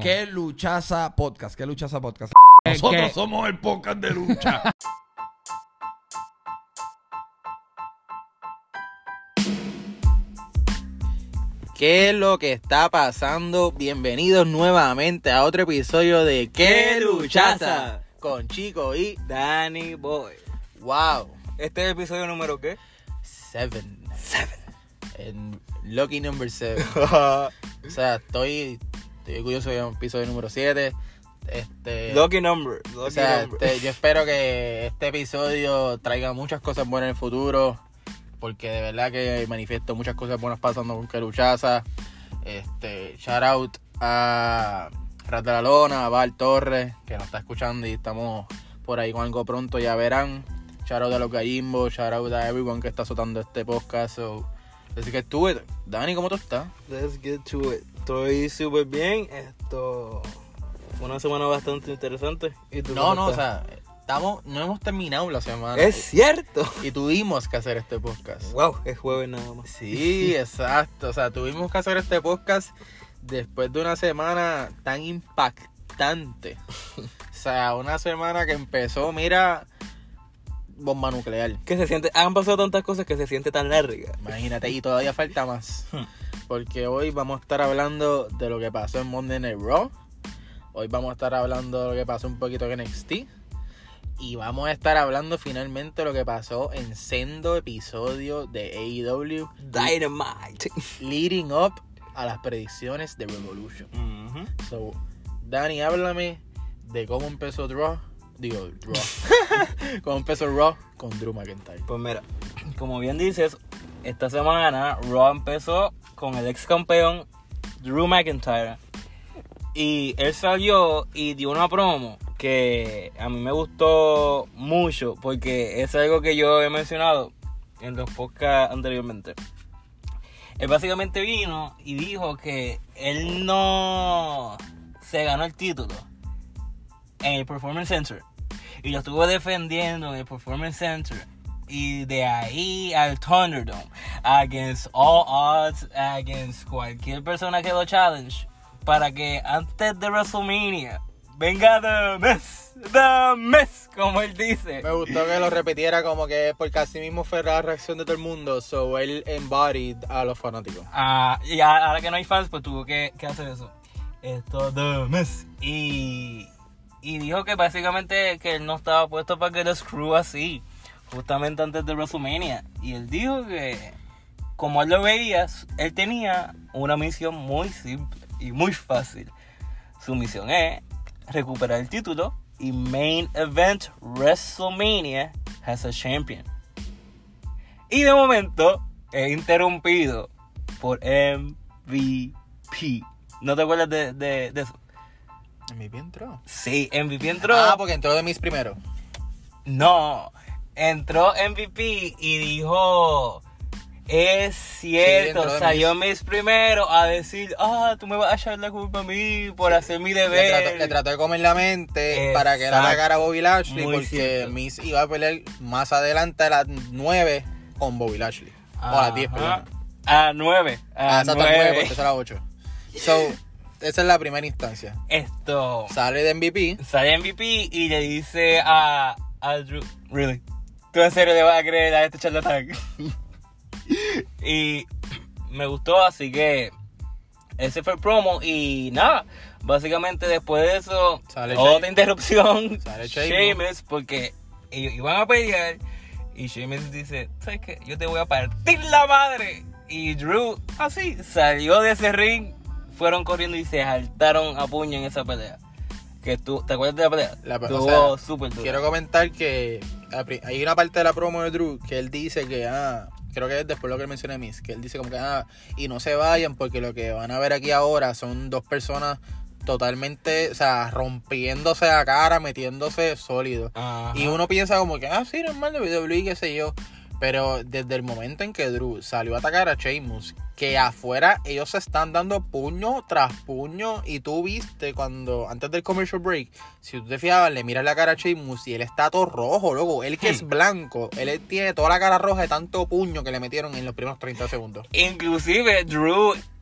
¿Qué luchaza podcast? ¿Qué luchaza podcast? Nosotros somos el podcast de lucha. ¿Qué es lo que está pasando? Bienvenidos nuevamente a otro episodio de ¿Qué luchaza? Con Chico y Danny Boy. wow, ¿Este es el episodio número qué? 7. En Lucky number 7. O sea, estoy orgulloso del episodio número 7. Lucky number. O sea, yo espero que este episodio traiga muchas cosas buenas en el futuro, porque de verdad que manifiesto muchas cosas buenas pasando con Que Luchaza. Shout out a Rat de la Lona, a Val Torres, que nos está escuchando y estamos por ahí con algo pronto, ya verán. Shout out a los gallimbos, shout out a everyone que está azotando este podcast. So, let's get to it. Dani, ¿cómo tú estás? Let's get to it. Estoy súper bien. Fue una semana bastante interesante. ¿Y tú No, cómo o estás? sea, no hemos terminado la semana. Es cierto. Y tuvimos que hacer este podcast. Wow, es jueves nada más. Sí, exacto. O sea, tuvimos que hacer este podcast después de una semana tan impactante. O sea, una semana que empezó, mira, bomba nuclear. Que se siente, han pasado tantas cosas que se siente tan larga. Imagínate, y todavía falta más. Porque hoy vamos a estar hablando de lo que pasó en Monday Night Raw. Hoy vamos a estar hablando de lo que pasó un poquito en NXT. Y vamos a estar hablando finalmente de lo que pasó en sendo episodio de AEW Dynamite. leading up a las predicciones de Revolution. Uh-huh. So, Dani, háblame de cómo empezó Raw. Cómo empezó Raw con Drew McIntyre. Pues mira, como bien dices, esta semana Raw empezó con el ex campeón Drew McIntyre. Y él salió y dio una promo que a mí me gustó mucho, porque es algo que yo he mencionado en los podcasts anteriormente. Él básicamente vino y dijo que él no se ganó el título en el Performance Center y lo estuvo defendiendo en el Performance Center, y de ahí al Thunderdome, against all odds, against cualquier persona que lo challenge, para que antes de WrestleMania venga The Miz, como él dice. Me gustó que lo repitiera como que porque así mismo fue la reacción de todo el mundo. So, él embodied a los fanáticos. Y ahora que no hay fans, pues tuvo que hacer eso. The Miz. Y dijo que básicamente que él no estaba puesto para que lo screw así, justamente antes de WrestleMania. Y él dijo que, como él lo veía, él tenía una misión muy simple y muy fácil. Su misión es recuperar el título y main event WrestleMania as a champion. Y de momento es interrumpido por MVP. ¿No te acuerdas de eso? MVP entró. Sí, MVP entró. Porque entró de Miz primero. No, entró MVP y dijo: es cierto, sí, salió Miz primero a decir: tú me vas a echar la culpa a mí por hacer mi deber. Le trató de comer la mente para que la haga a Bobby Lashley, Muy porque cierto. Miz iba a pelear más adelante a las 9 con Bobby Lashley. O a las 10, perdón. A 9. Exacto, a 9, porque es a las 8. So, esa es la primera instancia. Sale de MVP. Sale MVP y le dice a Drew: really, ¿tú en serio le vas a creer a este charlatán? Y me gustó, así que ese fue el promo. Y nada, básicamente después de eso, Sale otra interrupción. Sale Sheamus, porque ellos iban a pelear y Sheamus dice: ¿sabes qué? Yo te voy a partir la madre. Y Drew así salió de ese ring, fueron corriendo y se saltaron a puño en esa pelea. ¿Te acuerdas de la pelea? Estuvo súper dura. Quiero comentar que hay una parte de la promo de Drew que él dice que creo que es después lo que mencioné Miz, que él dice como que y no se vayan, porque lo que van a ver aquí ahora son dos personas totalmente, o sea, rompiéndose la cara, metiéndose sólido. Ajá. Y uno piensa como que sí, normal de WWE, qué sé yo. Pero desde el momento en que Drew salió a atacar a Sheamus, que afuera ellos se están dando puño tras puño, y tú viste cuando, antes del commercial break, si tú te fijabas, le miras la cara a Sheamus y él está todo rojo, loco. Él que es blanco, él tiene toda la cara roja de tanto puño que le metieron en los primeros 30 segundos. Inclusive Drew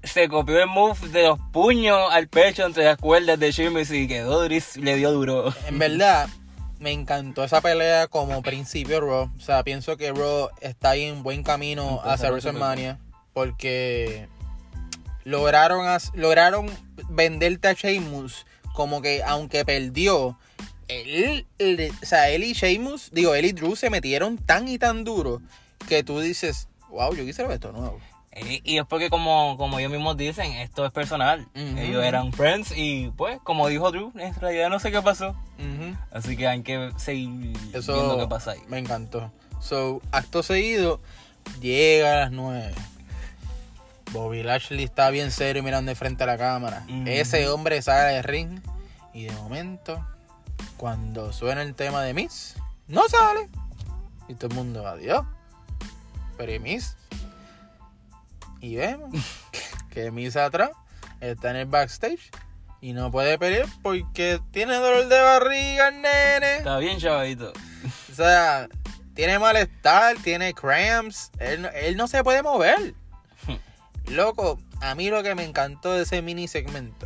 se copió el move de los puños al pecho entre las cuerdas de Sheamus y quedó durísimo, le dio duro. En verdad, me encantó esa pelea como principio Raw. O sea, pienso que Raw está ahí en buen camino hacia WrestleMania. Porque lograron venderte a Sheamus como que aunque perdió, él y Sheamus, él y Drew se metieron tan y tan duro que tú dices, wow, yo quisiera ver esto nuevo. Y es porque como ellos mismos dicen, esto es personal. Ellos eran friends y pues, como dijo Drew, en realidad no sé qué pasó. Así que hay que seguir viendo qué pasa ahí. Me encantó. So, acto seguido, llega a las 9. Bobby Lashley está bien serio mirando de frente a la cámara. Ese hombre sale del ring y de momento, cuando suena el tema de Miz, no sale. Y todo el mundo, adiós. Pero ¿y Miz? Y vemos que Miz atrás está en el backstage y no puede pelear porque tiene dolor de barriga, nene. Está bien chavadito. O sea, tiene malestar, tiene cramps. Él no se puede mover. Loco, a mí lo que me encantó de ese mini segmento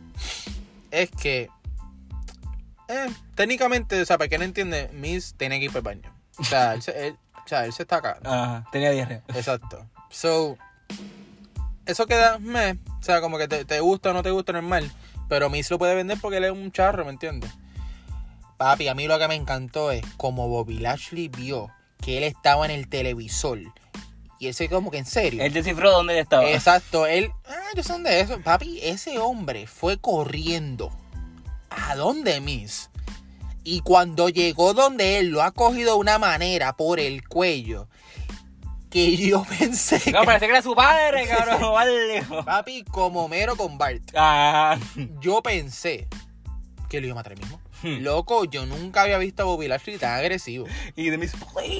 es que técnicamente, o sea, para quien no entiende, Miz tiene que ir para el baño. O sea, él se está acá. Ajá, tenía diarrea. Exacto. So, eso queda, o sea, como que te gusta o no te gusta, normal. Pero Miz lo puede vender porque él es un charro, ¿me entiendes? Papi, a mí lo que me encantó es como Bobby Lashley vio que él estaba en el televisor. Y ese como que en serio. Él descifró dónde él estaba. Exacto, yo sé dónde es eso. Papi, ese hombre fue corriendo a donde Miz. Y cuando llegó donde él, lo ha cogido de una manera por el cuello que yo pensé No, parece que era su padre, cabrón. Vale. Papi, como Mero con Bart. Yo pensé que lo iba a matar mismo. Loco, yo nunca había visto a Bobby Lashley tan agresivo. Y de mis...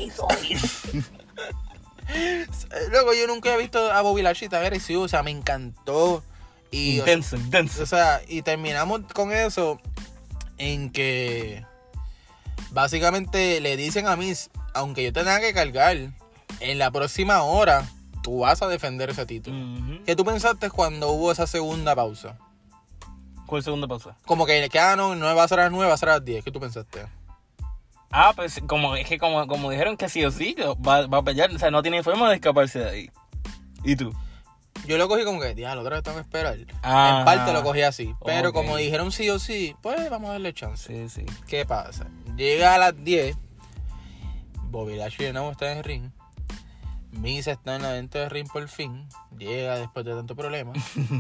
Loco, yo nunca había visto a Bobby Lashley tan agresivo. O sea, me encantó. Y, intenso. O sea, y terminamos con eso en que básicamente le dicen a Miz, aunque yo tenga que cargar, en la próxima hora tú vas a defender ese título. ¿Qué tú pensaste cuando hubo esa segunda pausa? ¿Cuál segunda pausa? Como que no va a ser a las 9, va a ser a las 10. ¿Qué tú pensaste? Pues como dijeron que sí o sí va a pelear, o sea, no tiene forma de escaparse de ahí. ¿Y tú? Yo lo cogí como que, la otra vez tengo que esperar. En parte lo cogí así. Pero como dijeron sí o sí, pues vamos a darle chance. Sí. ¿Qué pasa? Llega a las 10. Bobby Lashley de nuevo está en el ring. Miz está en la dentro del ring por fin. Llega después de tanto problema.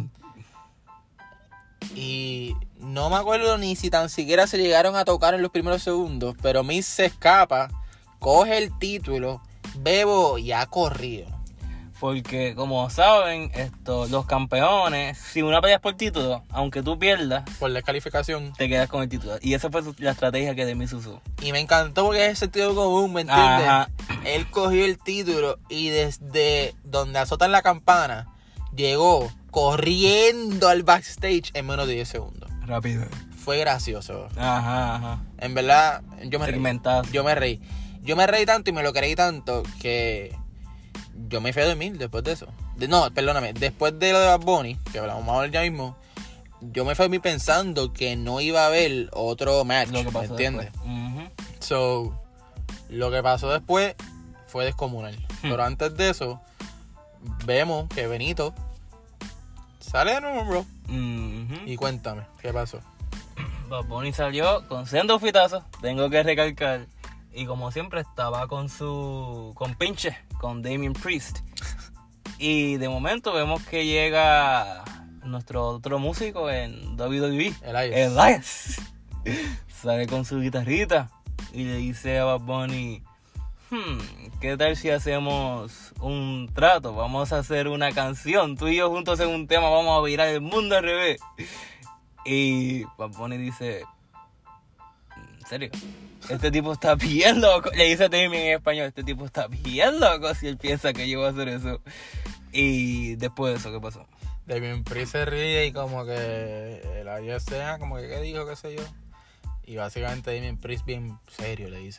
Y no me acuerdo ni si tan siquiera se llegaron a tocar en los primeros segundos. Pero Miz se escapa, coge el título, Bebo y ha corrido. Porque, como saben, los campeones, si una pelea es por título, aunque tú pierdas, por descalificación, te quedas con el título. Y esa fue la estrategia que Miz usó. Y me encantó porque es el sentido común, ¿me entiendes? Ajá. Él cogió el título y desde donde azotan la campana, llegó corriendo al backstage en menos de 10 segundos. Rápido. Fue gracioso. Ajá. En verdad, yo me reí. Yo me reí tanto y me lo creí tanto que yo me fui a dormir después de eso. Después de lo de Bad Bunny, que vamos a hablar ya mismo, yo me fui a dormir pensando que no iba a haber otro match, ¿me entiendes? So, lo que pasó después fue descomunal. Pero antes de eso, vemos que Benito sale de nuevo, bro. Y cuéntame, ¿qué pasó? Bad Bunny salió con sendo fitazos, tengo que recalcar. Y como siempre estaba con pinche, con Damien Priest. Y de momento vemos que llega nuestro otro músico en WWE, Elias. Sale con su guitarrita y le dice a Bad Bunny, ¿qué tal si hacemos un trato? Vamos a hacer una canción, tú y yo juntos en un tema, vamos a virar el mundo al revés. Y Bad Bunny dice, ¿en serio? Este tipo está bien loco. Le dice a Damien en español, este tipo está bien loco si él piensa que yo voy a hacer eso. Y después de eso, ¿qué pasó? Damien Priest se ríe y como que el sea como que ¿qué dijo? ¿Qué sé yo? Y básicamente Damien Priest bien serio le dice,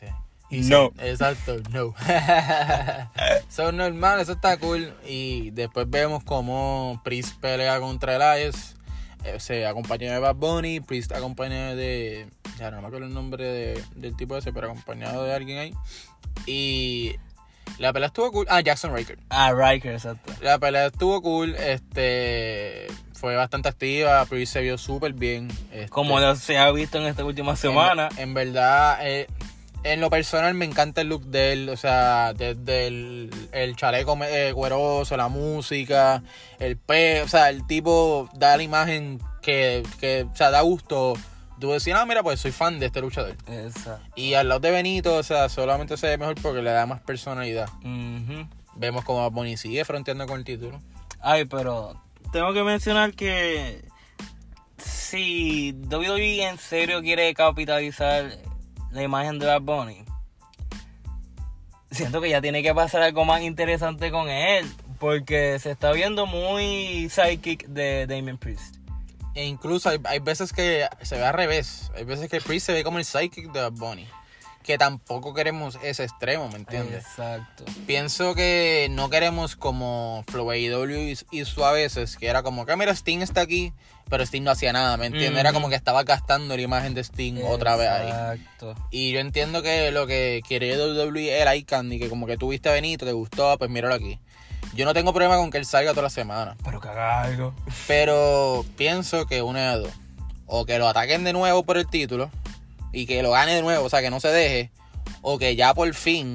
No. Exacto, no. Son normal, eso está cool. Y después vemos cómo Priest pelea contra Elias. Se acompaña de Bad Bunny. Priest acompaña de... Ya no me acuerdo el nombre del tipo ese, pero acompañado de alguien ahí. Y la pelea estuvo cool. Jackson Ryker. Riker, exacto. La pelea estuvo cool. Fue bastante activa. Priest se vio súper bien. Como se ha visto en esta última semana. En verdad... en lo personal me encanta el look de él, o sea, desde el chaleco cueroso, la música, el o sea, el tipo da la imagen que o sea, da gusto. Tú decías, mira, pues soy fan de este luchador. Exacto. Y al lado de Benito, o sea, solamente se ve mejor porque le da más personalidad. Uh-huh. Vemos como Bonnie sigue fronteando con el título. Ay, pero tengo que mencionar que si WWE en serio quiere capitalizar la imagen de Bad Bunny, siento que ya tiene que pasar algo más interesante con él, porque se está viendo muy sidekick de Damien Priest. E incluso hay veces que se ve al revés. Hay veces que Priest se ve como el sidekick de Bad Bunny, que tampoco queremos ese extremo, ¿me entiendes? Exacto. Pienso que no queremos como Flow AEW hizo a veces, que era como que mira, Sting está aquí, pero Sting no hacía nada, ¿me entiendes? Era como que estaba gastando la imagen de Sting otra vez ahí. Exacto. Y yo entiendo que lo que quiere WWE es el eye candy, que como que tú viste a Benito, te gustó, pues míralo aquí. Yo no tengo problema con que él salga toda la semana. Pero que haga algo. Pero pienso que una de dos. O que lo ataquen de nuevo por el título y que lo gane de nuevo, o sea, que no se deje. O que ya por fin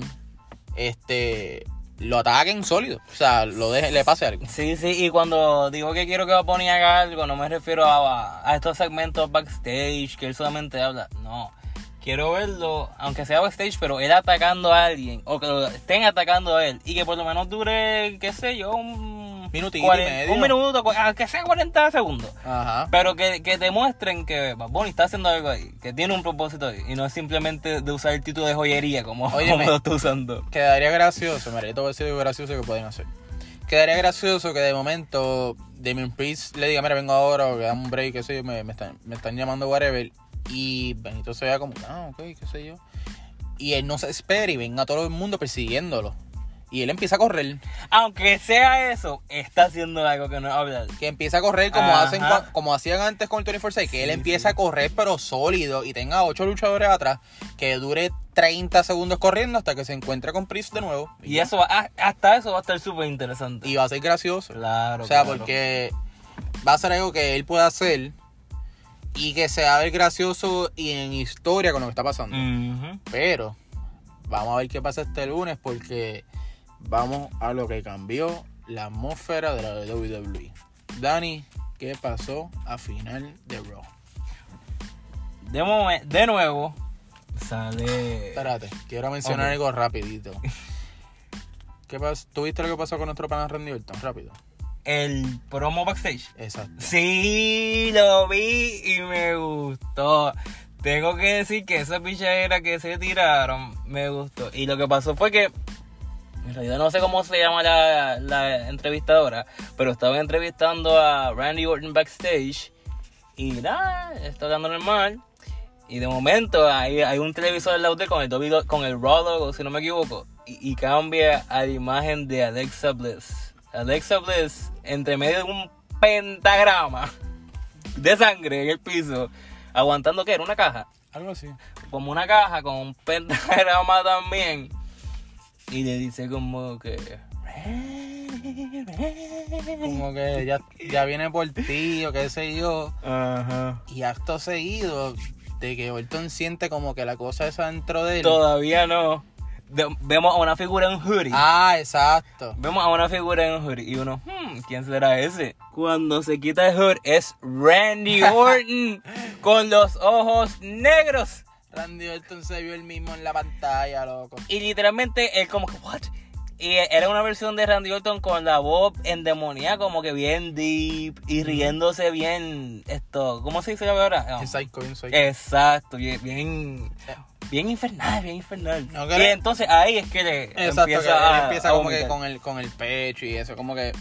lo ataquen sólido. O sea, le pase algo. Sí, y cuando digo que quiero que Bad Bunny haga algo, no me refiero a estos segmentos backstage que él solamente habla. No. Quiero verlo, aunque sea backstage, pero él atacando a alguien, o que lo estén atacando a él, y que por lo menos dure, qué sé yo, un minutito y medio. Un minuto, que sea 40 segundos. Ajá. Pero que te muestren que Bad Bunny está haciendo algo ahí, que tiene un propósito ahí, y no es simplemente de usar el título de joyería como lo está usando. Quedaría gracioso, mira, yo te voy a decir algo gracioso que pueden hacer. Quedaría gracioso que de momento Damien Priest le diga, mira, vengo ahora, o que dame un break, qué sé yo, me están llamando whatever. Y Benito se vea como, ok, qué sé yo. Y él no se espera y venga todo el mundo persiguiéndolo. Y él empieza a correr. Aunque sea eso, está haciendo algo que no es hablar. Que empieza a correr como hacían antes con el 24/7. Que él empieza a correr pero sólido y tenga 8 luchadores atrás. Que dure 30 segundos corriendo hasta que se encuentre con Priest de nuevo. Y eso hasta eso va a estar súper interesante. Y va a ser gracioso. Claro. O sea, porque va a ser algo que él pueda hacer y que se va a ver gracioso y en historia con lo que está pasando. Uh-huh. Pero vamos a ver qué pasa este lunes, porque vamos a lo que cambió la atmósfera de la WWE. Dani, ¿qué pasó a final de Raw? De nuevo sale... Espérate, quiero mencionar algo rapidito. ¿Qué pasó? ¿Tú viste lo que pasó con nuestro pana Randy Orton? Rápido. El promo backstage. Exacto. Sí, lo vi y me gustó. Tengo que decir que esa pichadera que se tiraron me gustó. Y lo que pasó fue que, en realidad no sé cómo se llama la entrevistadora, pero estaba entrevistando a Randy Orton backstage. Y nada, está hablando normal. Y de momento hay un televisor al lado con el Raw logo, si no me equivoco. Y cambia a la imagen de Alexa Bliss. Alexa Bliss, entre medio de un pentagrama de sangre en el piso, aguantando que era una caja. Algo así. Como una caja con un pentagrama también. Y le dice como que... Como que ya viene por ti o qué sé yo. Ajá. Y acto seguido de que Orton siente como que la cosa esa dentro de él. Todavía no. Vemos a una figura en hoodie. Exacto. Vemos a una figura en hoodie y uno, ¿quién será ese? Cuando se quita el hood es Randy Orton con los ojos negros. Randy Orton se vio él mismo en la pantalla, loco. Y literalmente él como que, ¿what? Y era una versión de Randy Orton con la voz endemoniada, como que bien deep y riéndose bien, ¿cómo se dice ahora? Psycho. Exacto, bien infernal. No, y entonces ahí es que exacto, empieza él empieza como que con el pecho y eso, como que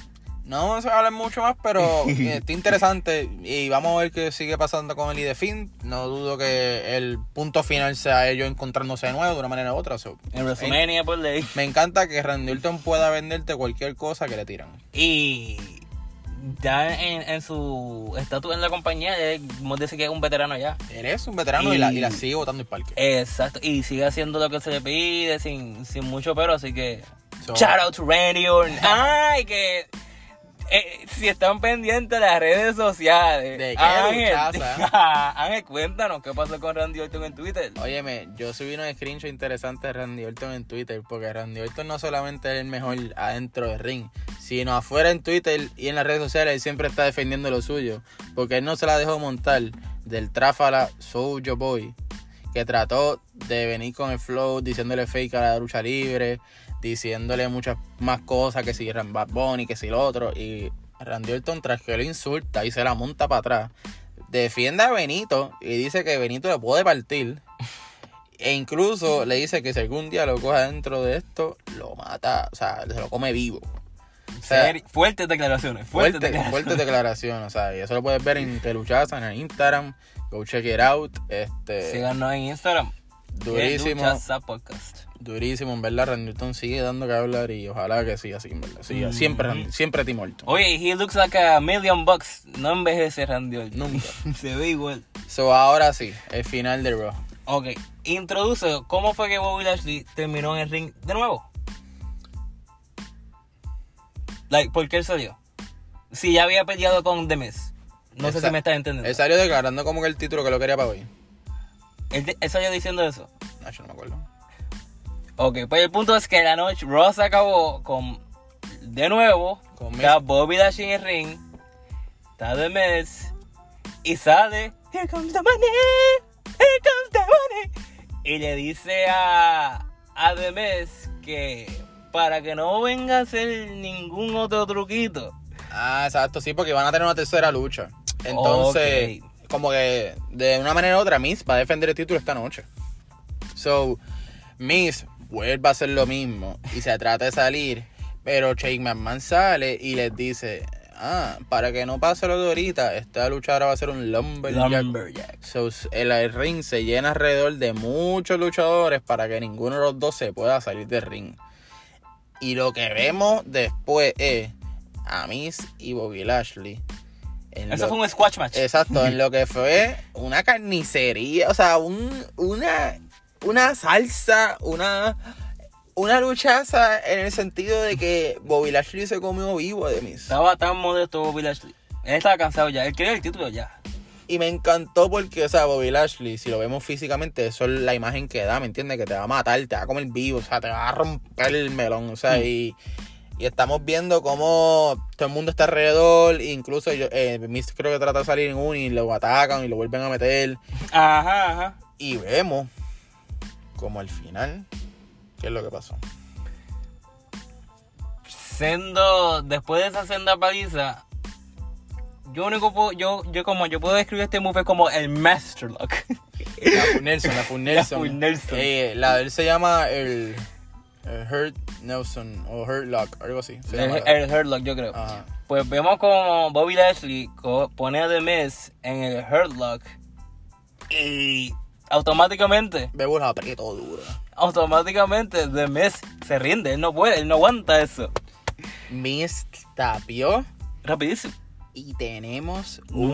No se va a hablar mucho más, pero está interesante y vamos a ver qué sigue pasando con el The Fiend. No dudo que el punto final sea ellos encontrándose de nuevo de una manera u otra. En WrestleMania por ley. Me encanta que Randy Orton pueda venderte cualquier cosa que le tiran. Y ya en su estatus en la compañía, podemos decir que es un veterano ya. Eres un veterano y la sigue botando el parque. Exacto, y sigue haciendo lo que se le pide sin mucho pero, así que shout out to Randy Orton. Ay, que si están pendientes de las redes sociales, ¿De qué Ángel, cuéntanos qué pasó con Randy Orton en Twitter. Óyeme, yo subí unos screenshots interesantes de Randy Orton en Twitter, porque Randy Orton no solamente es el mejor adentro del ring, sino afuera en Twitter y en las redes sociales, él siempre está defendiendo lo suyo, porque él no se la dejó montar del tráfala Soulja Boy, que trató de venir con el flow, diciéndole fake a la lucha libre, diciéndole muchas más cosas, que si eran Bad Bunny, que si lo otro, y Randy Orton, tras que lo insulta y se la monta para atrás, defiende a Benito y dice que Benito le puede partir, e incluso le dice que si algún día lo coge dentro de esto, lo mata, o sea, se lo come vivo. O sea, fuertes declaraciones. Fuertes declaraciones, o sea, y eso lo puedes ver en Teluchaza, en el Instagram, go check it out. Síganos en Instagram. Durísimo. Teluchaza Podcast. Durísimo, en verdad, Randy Orton sigue dando que hablar y ojalá que siga así, en verdad. Siga, siempre Tim Orton. Oye, he looks like $1,000,000. No envejece Randy Orton. Nunca. Se ve igual. So, ahora sí, el final de Raw. Ok, introduce cómo fue que Bobby Lashley terminó en el ring de nuevo. ¿Por qué él salió? Si ya había peleado con The Miz. No sé si me estás entendiendo. Él salió declarando como que el título que lo quería para hoy. Él salió diciendo eso. No, yo no me acuerdo. Ok, pues el punto es que la noche Raw se acabó con, de nuevo, está Bobby Lashley en el ring, está The Miz, y sale, here comes the money, here comes the money, y le dice a The Miz que para que no venga a hacer ningún otro truquito. Ah, exacto, sí, porque van a tener una tercera lucha. Entonces, como que de una manera u otra, Miz va a defender el título esta noche. So, Miz vuelve a hacer lo mismo y se trata de salir, pero Shane McMahon sale y les dice, para que no pase lo de ahorita, esta lucha ahora va a ser un lumberjack. So, el ring se llena alrededor de muchos luchadores para que ninguno de los dos se pueda salir del ring. Y lo que vemos después es a Miz y Bobby Lashley. Eso fue un squash match. Exacto, en lo que fue una carnicería, o sea, una salsa, una luchaza en el sentido de que Bobby Lashley se comió vivo de Miz. Estaba tan modesto Bobby Lashley. Él estaba cansado ya, él quería el título ya. Y me encantó porque, o sea, Bobby Lashley, si lo vemos físicamente, eso es la imagen que da, ¿me entiendes? Que te va a matar, te va a comer vivo, o sea, te va a romper el melón, o sea, y estamos viendo cómo todo el mundo está alrededor, incluso Miz creo que trata de salir en uno y lo atacan y lo vuelven a meter. Ajá. Y vemos como al final, ¿qué es lo que pasó? Después de esa senda paliza, yo puedo describir este move como el Master Lock. La Full Nelson. La de él se llama el Hurt Nelson o Hurt Lock, algo así. El Hurt Lock, yo creo. Ajá. Pues vemos como Bobby Lashley pone a The Miz en el Hurt Lock y automáticamente Bebo la apretó duro. Automáticamente The Miz se rinde, él no puede, él no aguanta eso. Miz tapió rapidísimo. Y tenemos un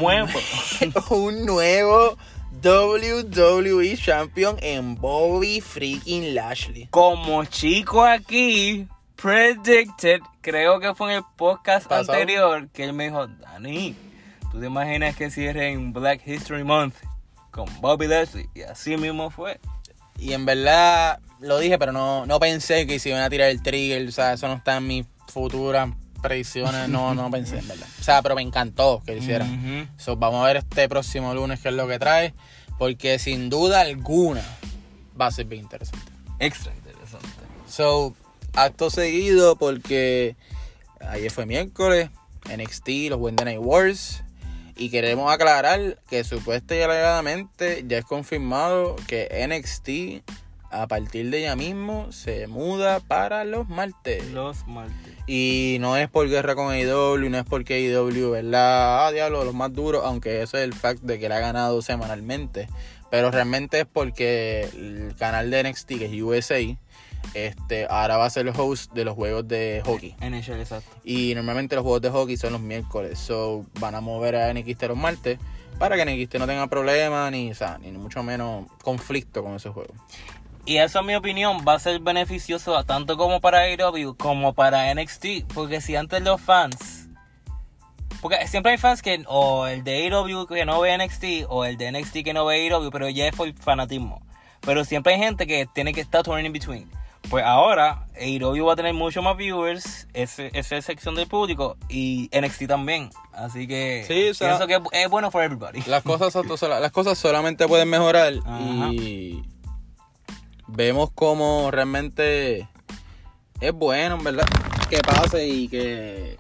nuevo WWE Champion en Bobby freaking Lashley. Como chico aquí, predicted, creo que fue en el podcast anterior, que él me dijo, Dani, ¿tú te imaginas que cierren Black History Month con Bobby Lashley? Y así mismo fue. Y en verdad, lo dije, pero no pensé que se iban a tirar el trigger, o sea, eso no está en mis futuras predicciones, no pensé, en verdad. O sea, pero me encantó que lo hicieran. So, vamos a ver este próximo lunes qué es lo que trae, porque sin duda alguna va a ser bien interesante. Extra interesante. So, acto seguido, porque ayer fue miércoles, NXT, los Wednesday Night Wars, y queremos aclarar que supuestamente y alegadamente ya es confirmado que NXT a partir de ya mismo se muda para los martes. Y no es por guerra con AEW, no es porque AEW, ¿verdad? Diablo, los más duros, aunque eso es el fact de que él ha ganado semanalmente. Pero realmente es porque el canal de NXT, que es USA, ahora va a ser el host de los juegos de hockey. NHL, exacto. Y normalmente los juegos de hockey son los miércoles. So van a mover a NXT los martes para que NXT no tenga problemas ni mucho menos conflicto con ese juego. Y eso, en mi opinión, va a ser beneficioso tanto como para AEW como para NXT. Porque si antes los fans... Porque siempre hay fans que o el de AEW que no ve NXT o el de NXT que no ve AEW, pero ya es por fanatismo. Pero siempre hay gente que tiene que estar torn in between. Pues ahora AEW va a tener mucho más viewers, esa sección del público, y NXT también. Así que sí, o sea, pienso que es bueno for everybody. Las cosas solamente pueden mejorar. Ajá. Y vemos como realmente es bueno, en verdad, que pase y que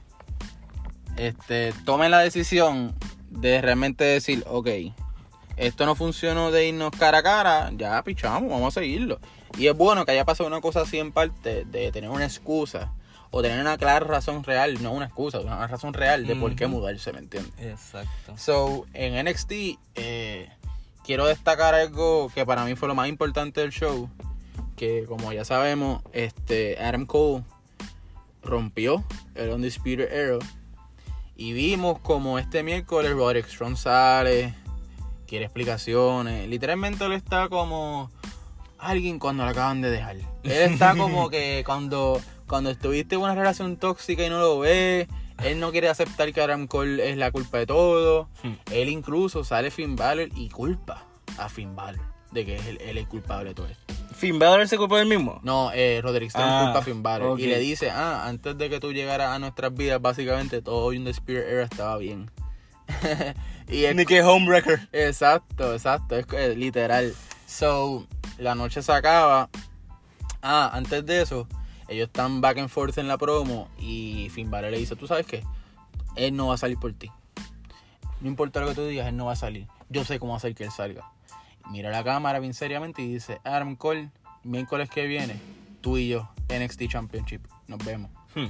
tomen la decisión de realmente decir, ok, esto no funcionó de irnos cara a cara, ya pichamos, vamos a seguirlo. Y es bueno que haya pasado una cosa así en parte, de tener una excusa o tener una clara razón real, no una excusa, una razón real de por qué mudarse, ¿me entiendes? Exacto. So, en NXT quiero destacar algo que para mí fue lo más importante del show, que como ya sabemos, Adam Cole rompió el Undisputed Era y vimos como este miércoles Roderick Strong sale, quiere explicaciones, literalmente él está como alguien cuando lo acaban de dejar. Él está como que cuando estuviste en una relación tóxica y no lo ves, él no quiere aceptar que Adam Cole es la culpa de todo. Él incluso sale Finn Balor y culpa a Finn Balor de que él es el culpable de todo esto. ¿Finn Balor se culpa del mismo? No, Roderick Strong culpa a Finn Balor. Okay. Y le dice, antes de que tú llegaras a nuestras vidas, básicamente todo in the Spirit Era estaba bien. Y Ni que homebreaker. Exacto, es literal. So, la noche se acaba. Antes de eso, ellos están back and forth en la promo y Finn Balor le dice, ¿tú sabes qué? Él no va a salir por ti. No importa lo que tú digas, él no va a salir. Yo sé cómo hacer que él salga. Mira la cámara bien seriamente y dice, Adam Cole, miércoles que viene, tú y yo, NXT Championship, nos vemos.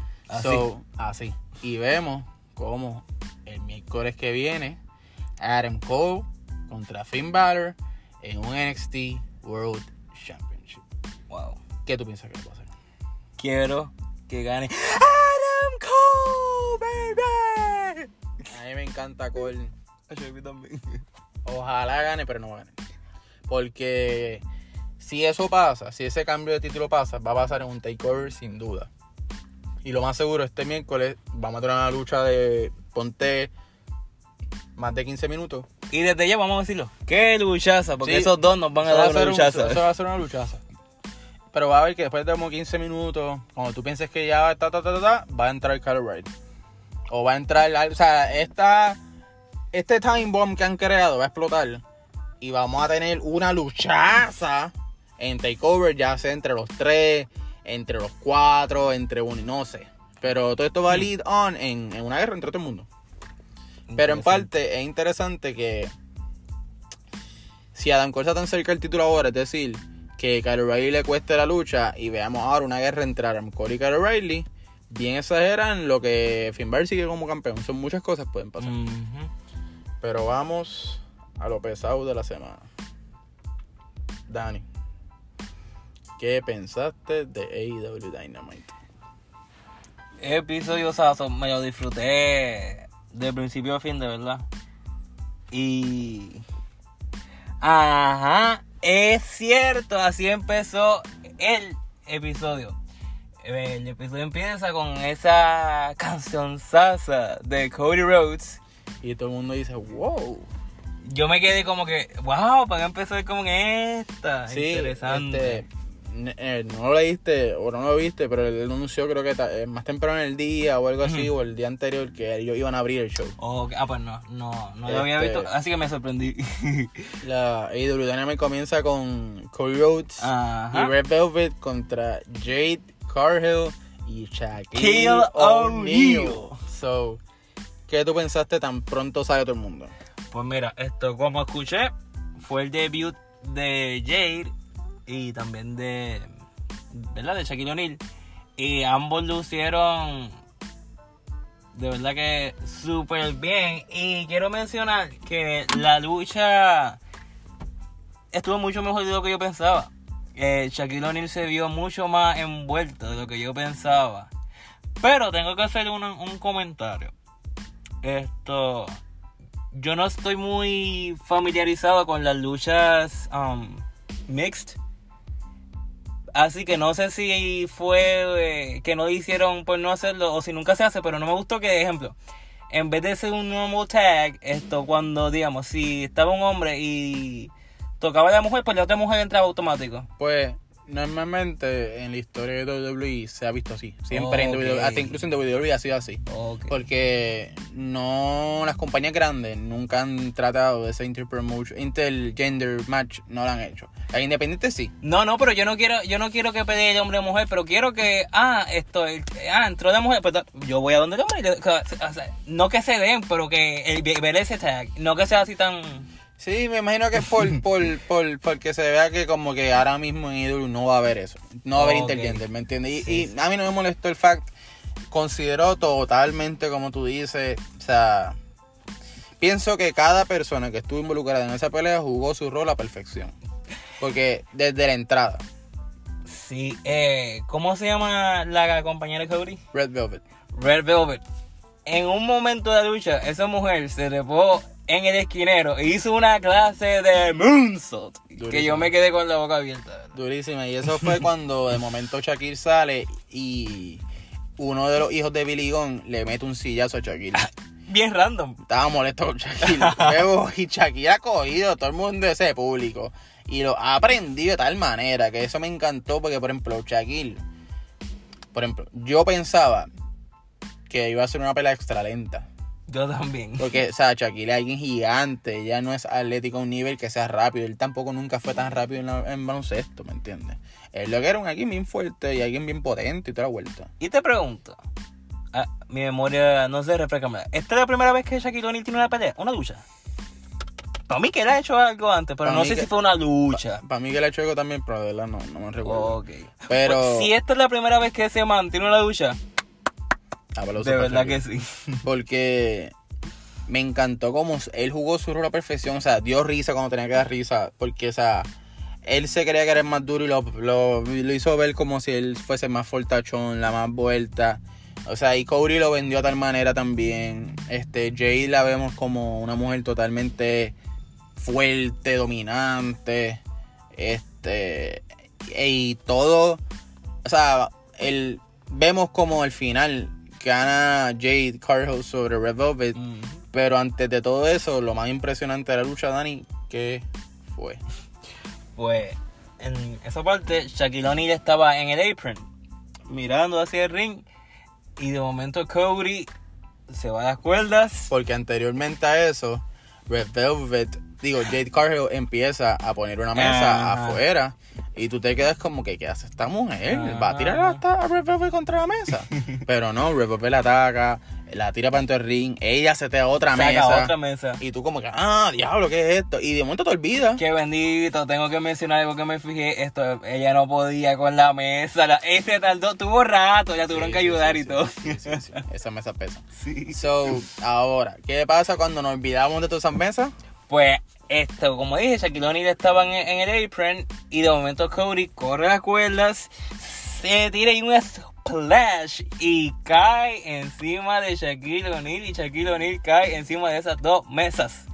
Así. Y vemos cómo el miércoles que viene, Adam Cole contra Finn Balor en un NXT World Championship. Wow. ¿Qué tú piensas que va a pasar? Quiero que gane Adam Cole, baby. A mí me encanta Cole. Yo también. Ojalá gane, pero no va a ganar. Porque si eso pasa, si ese cambio de título pasa, va a pasar en un takeover sin duda. Y lo más seguro, este miércoles vamos a tener una lucha de, ponte, más de 15 minutos. Y desde ya vamos a decirlo. ¡Qué luchaza! Porque Sí, esos dos nos van a dar una luchaza. Eso va a ser una luchaza. Pero va a ver que después de como 15 minutos, cuando tú pienses que ya va a entrar Kyle O'Reilly. O va a entrar, o sea, este time bomb que han creado va a explotar. Y vamos a tener una luchaza en takeover, ya sea entre los 3, entre los 4, entre uno y no sé. Pero todo esto va a lead on en una guerra entre todo el mundo. Pero en parte es interesante si Adam Cole está tan cerca del título ahora, es decir, que Kyle O'Reilly le cueste la lucha y veamos ahora una guerra entre Adam Cole y Kyle O'Reilly, bien exageran lo que Finn Balor sigue como campeón. Son muchas cosas que pueden pasar. Pero vamos a lo pesado de la semana. Dani, ¿qué pensaste de AEW Dynamite? Episodio sazo, me lo disfruté de principio a fin, de verdad. Y... es cierto, así empezó el episodio. El episodio empieza con esa canción sasa de Cody Rhodes. Y todo el mundo dice, wow. Yo me quedé como que, wow, para empezar con esta. Sí, interesante. No lo leíste o no lo viste, pero él anunció, creo que más temprano en el día o algo así, o el día anterior, que ellos iban a abrir el show. Pues no lo había visto, así que me sorprendí. La AEW Dynamite comienza con Cody Rhodes y Red Velvet contra Jade Cargill y Shaquille O'Neal. So, ¿qué tú pensaste tan pronto sale todo el mundo? Pues mira, esto como escuché, fue el debut de Jade y también de Shaquille O'Neal. Y ambos lucieron de verdad que súper bien. Y quiero mencionar que la lucha estuvo mucho mejor de lo que yo pensaba. Shaquille O'Neal se vio mucho más envuelto de lo que yo pensaba. Pero tengo que hacer un comentario. Yo no estoy muy familiarizado con las luchas mixed. Así que no sé si fue que no hicieron por no hacerlo o si nunca se hace, pero no me gustó que, ejemplo, en vez de ser un normal tag, cuando, digamos, si estaba un hombre y tocaba a la mujer, pues la otra mujer entraba automático. Pues normalmente en la historia de WWE se ha visto así. Siempre en WWE, hasta incluso en WWE ha sido así. Okay. Porque no, las compañías grandes nunca han tratado de ese intergender match, no lo han hecho. Las independientes sí. No, pero yo no quiero que pelee de hombre a mujer, pero quiero que entró la mujer, pues yo voy a donde el hombre, o sea, no que se den, pero que ver ese tag, no que sea así tan. Sí, me imagino que es porque se vea que como que ahora mismo en IW no va a haber eso. No va a haber intergender, ¿me entiendes? Y a mí no me molestó el fact. Considero totalmente, como tú dices, o sea, pienso que cada persona que estuvo involucrada en esa pelea jugó su rol a perfección. Porque desde la entrada. Sí, ¿cómo se llama la compañera de Cody? Red Velvet. Red Velvet. En un momento de lucha, esa mujer se trepó en el esquinero e hizo una clase de moonsault. Durísima. Que yo me quedé con la boca abierta. Durísima. Y eso fue cuando de momento Shaquille sale y uno de los hijos de Billy Gunn le mete un sillazo a Shaquille. Bien random. Estaba molesto con Shaquille. Y Shaquille ha cogido todo el mundo de ese público y lo ha aprendido de tal manera que eso me encantó porque, por ejemplo, Shaquille, yo pensaba que iba a ser una pelea extra lenta. Yo también. Porque, o sea, Shaquille es alguien gigante, ya no es atlético a un nivel que sea rápido. Él tampoco nunca fue tan rápido en baloncesto, ¿me entiendes? Él lo que era un alguien bien fuerte y alguien bien potente y toda la vuelta. Y te pregunto, mi memoria no se refresca. ¿Esta es la primera vez que Shaquille O'Neal tiene una pelea? ¿Una lucha? Para mí que él ha hecho algo antes, pero no sé si fue una lucha. Para mí que él ha hecho algo también, pero de verdad no me recuerdo. Okay. Pero pues, si esta es la primera vez que ese man tiene una lucha, de verdad que sí. Porque me encantó cómo él jugó su rol a perfección. O sea, dio risa cuando tenía que dar risa. Porque, o sea, él se creía que era el más duro y lo hizo ver como si él fuese más fortachón, la más vuelta. O sea, y Cody lo vendió de tal manera también. Jade la vemos como una mujer totalmente fuerte, dominante. Y todo. O sea, vemos como al final gana Jade Cargill sobre Red Velvet. Pero antes de todo eso, lo más impresionante de la lucha, Dani, ¿qué fue? Pues en esa parte, Shaquille O'Neal estaba en el apron, mirando hacia el ring, y de momento Cody se va a las cuerdas. Porque anteriormente a eso, Jade Cargill empieza a poner una mesa afuera. Y tú te quedas como que, ¿qué hace esta mujer? ¿Va a tirar hasta a Red Velvet contra la mesa? Pero no, Red Velvet la ataca, la tira para dentro del ring, ella se te da otra mesa. Y tú como que, diablo, ¿qué es esto? Y de momento te olvidas. Qué bendito, tengo que mencionar algo que me fijé. Ella no podía con la mesa. Ese tardó, tuvo rato, ya tuvieron que ayudar y todo. Sí. Esa mesa pesa. Sí. So, ahora, ¿qué pasa cuando nos olvidamos de todas esas mesas? Pues como dije, Shaquille O'Neal estaba en el apron y de momento Cody corre las cuerdas, se tira en un splash y cae encima de Shaquille O'Neal y Shaquille O'Neal cae encima de esas dos mesas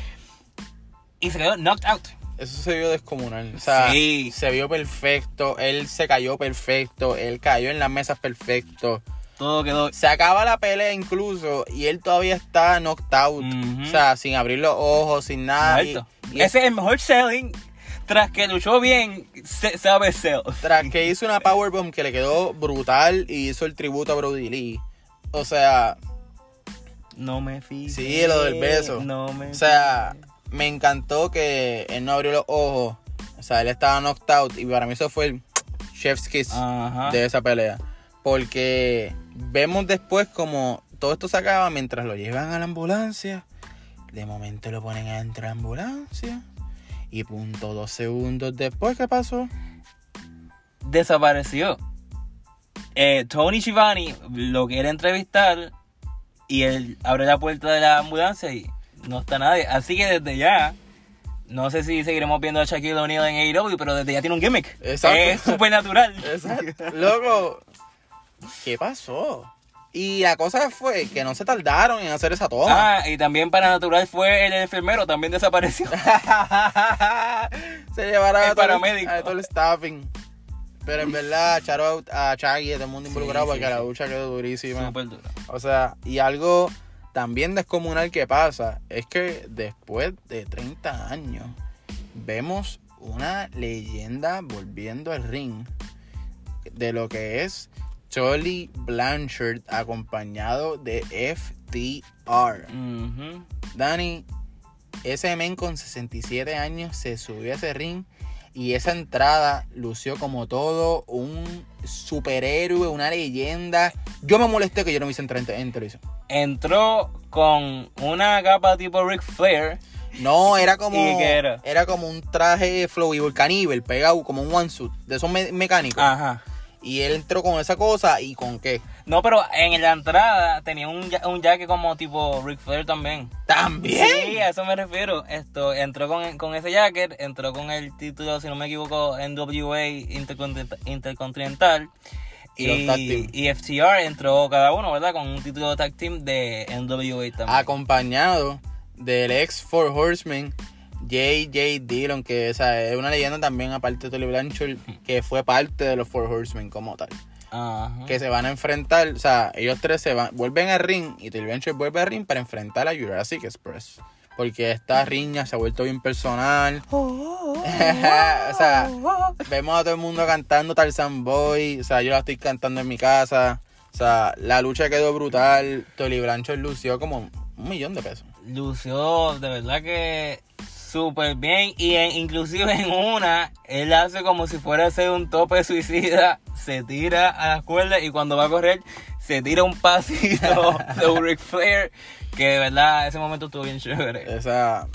y se quedó knocked out. Eso se vio descomunal. O sea, sí. Se vio perfecto, él se cayó perfecto, él cayó en las mesas perfecto. Todo quedó. Se acaba la pelea incluso y él todavía está knocked out. O sea, sin abrir los ojos, sin nada. Y ese es el mejor selling. Tras que luchó bien, sabe sell. Tras que hizo una powerbomb que le quedó brutal y hizo el tributo a Brody Lee. O sea... No me fijé. Sí, lo del beso. O sea, me encantó que él no abrió los ojos. O sea, él estaba knocked out y para mí eso fue el chef's kiss de esa pelea. Porque vemos después como todo esto se acaba mientras lo llevan a la ambulancia. De momento lo ponen adentro de la ambulancia. Y 2 segundos después, ¿qué pasó? Desapareció. Tony Schiavone lo quiere entrevistar y él abre la puerta de la ambulancia y no está nadie. Así que desde ya, no sé si seguiremos viendo a Shaquille O'Neal en AEW, pero desde ya tiene un gimmick. Exacto. Es súper natural. Exacto. Loco, ¿qué pasó? Y la cosa fue que no se tardaron en hacer esa toma. Y también para natural fue el enfermero, también desapareció. Se llevaron El a paramédico. todo el staffing. Pero en verdad, shout out a Chaggy y a todo el mundo involucrado porque la lucha quedó durísima. Súper dura. O sea, y algo también descomunal que pasa es que después de 30 años vemos una leyenda volviendo al ring de lo que es Tully Blanchard acompañado de FTR. Uh-huh. Dani, ese men con 67 años se subió a ese ring y esa entrada lució como todo un superhéroe, una leyenda. Yo me molesté que yo no me hice entrar en televisión. Entró con una capa tipo Ric Flair. No, era como ¿Y qué era? Era como un traje Flow Caníbal pegado, como un one suit, de esos mecánicos. Ajá. Y él entró con esa cosa y con qué. No, pero en la entrada tenía un jacket como tipo Ric Flair también. ¿También? Sí, a eso me refiero. Entró con ese jacket, entró con el título, si no me equivoco, NWA Intercontinental. Y los tag team. Y FTR entró cada uno, ¿verdad? Con un título de tag team de NWA también. Acompañado del ex Four Horsemen, J.J. Dillon, que es una leyenda también, aparte de Tully Blanchard, que fue parte de los Four Horsemen como tal. Ajá. Que se van a enfrentar, o sea, ellos tres vuelven al ring y Tully Blanchard vuelve al ring para enfrentar a Jurassic Express. Porque esta riña se ha vuelto bien personal. O sea, vemos a todo el mundo cantando Tarzan Boy. O sea, yo la estoy cantando en mi casa. O sea, la lucha quedó brutal. Tully Blanchard lució como $1,000,000. Lució de verdad que súper bien. Y inclusive en una, él hace como si fuera a hacer un tope suicida. Se tira a las cuerdas y cuando va a correr, se tira un pasito de Ric Flair. Que de verdad ese momento estuvo bien chévere. O sea,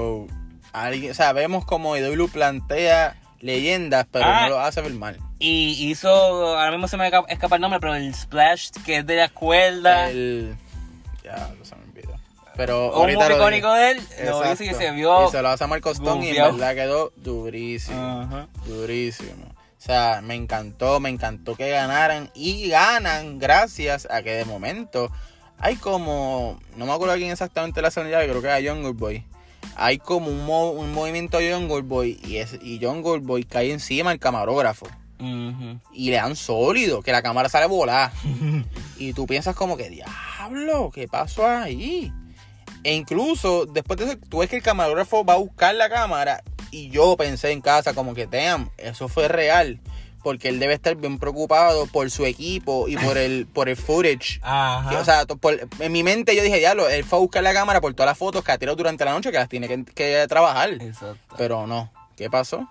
vemos como IW plantea leyendas, pero no lo hace ver mal. Y hizo, ahora mismo se me escapa el nombre, pero el splash que es de la cuerda. Ya, no se me olvidó. Pero un ahorita muy icónico de él. Lo dice que se vio. Y se lo hace a Marcos Stone y en verdad quedó durísimo. Ajá. Durísimo. O sea, me encantó que ganaran. Y ganan gracias a que de momento hay como, no me acuerdo quién exactamente la salida, creo que era Jungle Boy. Hay como un movimiento de Jungle Boy y Jungle Boy cae encima del camarógrafo. Uh-huh. Y le dan sólido, que la cámara sale volada. Y tú piensas como que, diablo, ¿qué pasó ahí? E incluso, después de eso, tú ves que el camarógrafo va a buscar la cámara. Y yo pensé en casa como que, damn, eso fue real. Porque él debe estar bien preocupado por su equipo y por el footage. Ajá. Que, o sea, en mi mente yo dije, diablo, él fue a buscar la cámara por todas las fotos que ha tirado durante la noche que las tiene que trabajar. Exacto. Pero no. ¿Qué pasó?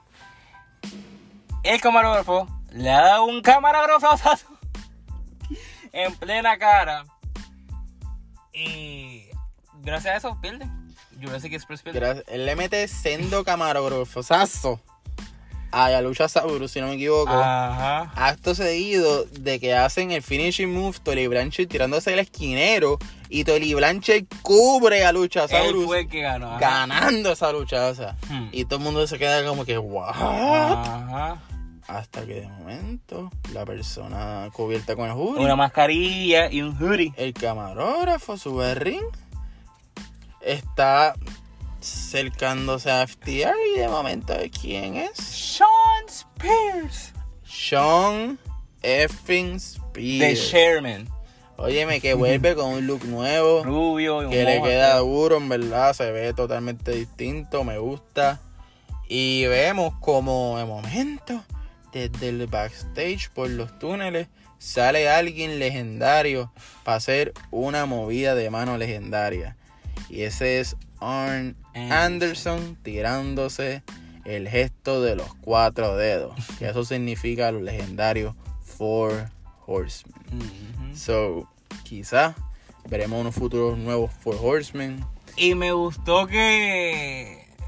El camarógrafo le ha dado un camarógrafo en plena cara. Y gracias a eso pierden. Jurassic Express pierde. Él le mete sendo camarógrafosazo a la lucha Saurus, si no me equivoco. Ajá. Acto seguido de que hacen el finishing move, Tully Blanchard tirándose el esquinero y Tully Blanchard cubre a Lucha Saurus. Él fue el que ganó. Ajá. Ganando esa lucha, o sea. Y todo el mundo se queda como que, ¿what? Ajá. Hasta que de momento la persona cubierta con el hoodie, Una mascarilla y un hoodie. el camarógrafo sube al ring, está cercándose a FTR y de momento, ¿quién es? Sean Spears. Sean effing Spears. The Chairman. Óyeme, que vuelve con un look nuevo, Rubio y un que le mojo. queda duro, en verdad, se ve totalmente distinto, me gusta. Y vemos como de momento, desde el backstage por los túneles, sale alguien legendario para hacer una movida de mano legendaria. Y ese es Arn Anderson tirándose el gesto de los 4 dedos. Que eso significa los legendarios Four Horsemen. Uh-huh. So, quizás veremos unos futuros nuevos Four Horsemen. Y me gustó que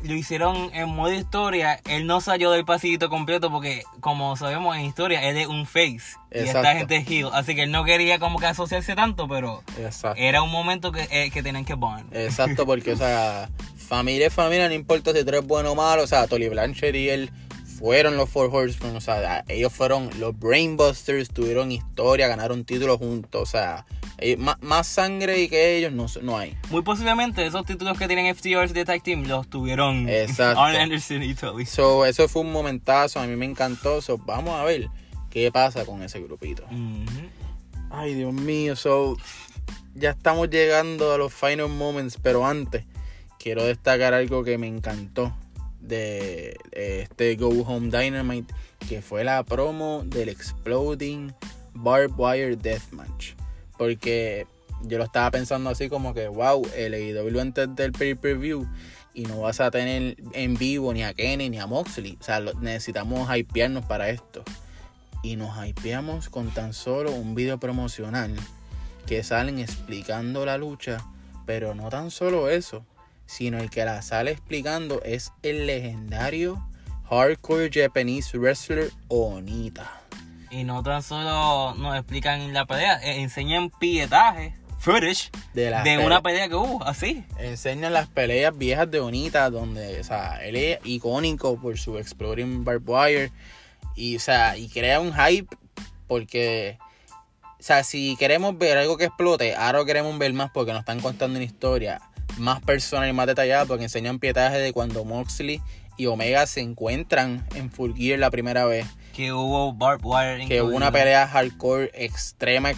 lo hicieron en modo historia. Él no salió del pasillito completo porque, como sabemos en historia, él es un face. Y Exacto. esta gente es heel. Así que él no quería como que asociarse tanto, pero Exacto. era un momento que tenían que bond. Exacto, porque, o sea, familia es familia, no importa si tú eres bueno o malo. O sea, Tully Blanchard y él fueron los Four Horsemen. O sea, ellos fueron los Brainbusters, tuvieron historia, ganaron títulos juntos. O sea, más sangre que ellos no hay. Muy posiblemente esos títulos que tienen FTRs de Tag Team los tuvieron Exacto. Arn Anderson y Tully. So, eso fue un momentazo, a mí me encantó. So, vamos a ver qué pasa con ese grupito. Ay, Dios mío, so ya estamos llegando a los final moments, pero antes quiero destacar algo que me encantó de este Go Home Dynamite, que fue la promo del Exploding Barbed Wire Deathmatch. Porque yo lo estaba pensando así como que, wow, el AEW antes del pay-per-view y no vas a tener en vivo ni a Kenny ni a Moxley. O sea, necesitamos hypearnos para esto. Y nos hypeamos con tan solo un video promocional que salen explicando la lucha, pero no tan solo eso, sino el que la sale explicando es el legendario hardcore Japanese wrestler Onita. Y no tan solo nos explican la pelea, enseñan pietaje, footage de una pelea que hubo, así. Enseñan las peleas viejas de Onita, donde, o sea, él es icónico por su Exploding Barbed Wire. Y, o sea, y crea un hype porque, o sea, si queremos ver algo que explote, ahora lo queremos ver más porque nos están contando una historia más personal y más detallada, porque enseñan pietaje de cuando Moxley y Omega se encuentran en Full Gear la primera vez. Que hubo barbed wire. Que hubo una pelea hardcore extrema.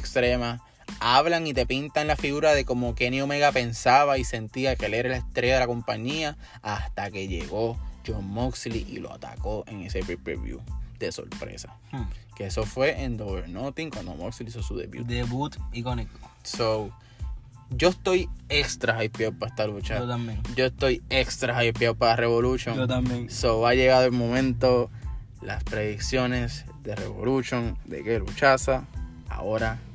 Hablan y te pintan la figura de como Kenny Omega pensaba y sentía que él era la estrella de la compañía, hasta que llegó Jon Moxley y lo atacó en ese pay-per-view de sorpresa. Que eso fue en Double or Nothing, cuando Moxley hizo su debut. Debut icónico. So, yo estoy extra hypeado para esta lucha. Yo también. Yo estoy extra hypeado para Revolution. Yo también. So, ha llegado el momento, las predicciones de Revolution, de que luchaza ahora